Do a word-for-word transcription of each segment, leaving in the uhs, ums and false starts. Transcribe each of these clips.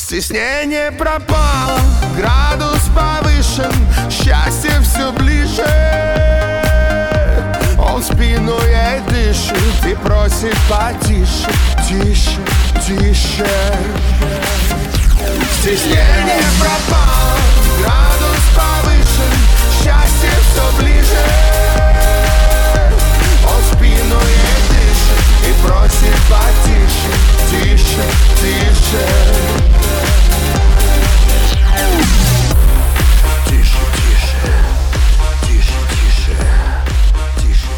Стеснение пропало, градус повышен, счастье все ближе. Он спину ей дышит и просит потише, тише, тише. Стеснение пропало, градус повышен, счастье все ближе. Он спину ей дышит и просит потише, тише, тише. Тише, тише, тише, тише, тише,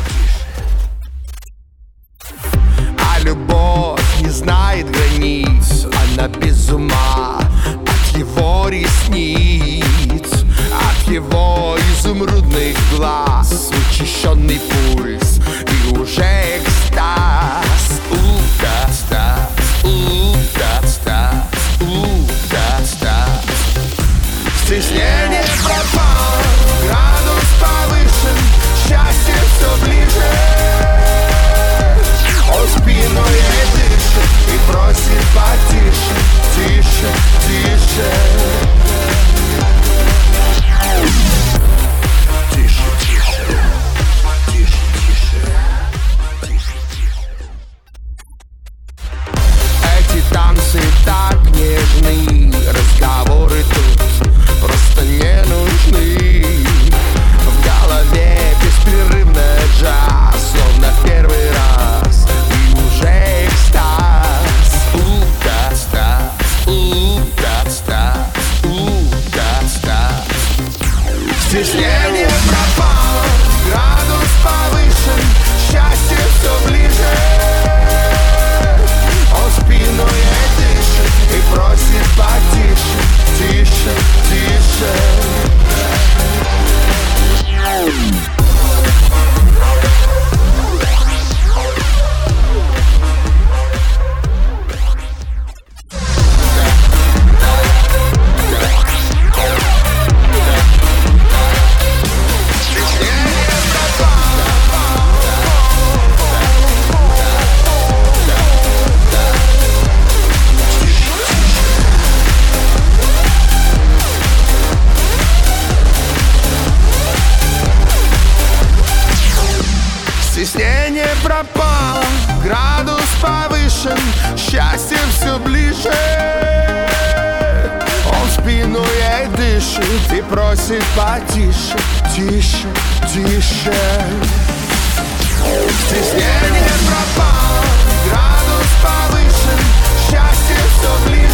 тише. А любовь не знает границ, она без ума от его ресниц, от его изумрудных глаз, учащенный пульс и уже экстаз. У-та-стаз, у-та-стаз, у-та-стаз. Стеснение пропало, градус повышен, счастье все ближе. Он спину ей дышит и просит потише, тише, тише. Тише, тише, тише, тише, тише, тише. Эти танцы так нежны, разговоры тут просто не нужны. В голове беспрерывно джаз, словно в первый раз, и уже экстаз. У-та-стаз, у-та-стаз, у-та-стаз. Стеснение пропало, градус повышен, счастье все ближе. Он спину ей дышит и просит потише, тише, тише. Стеснение пропало, градус повышен, счастье все ближе. Он спину ей дышит и просит потише, тише, тише. Стеснение пропало, градус повышен, счастье все ближе.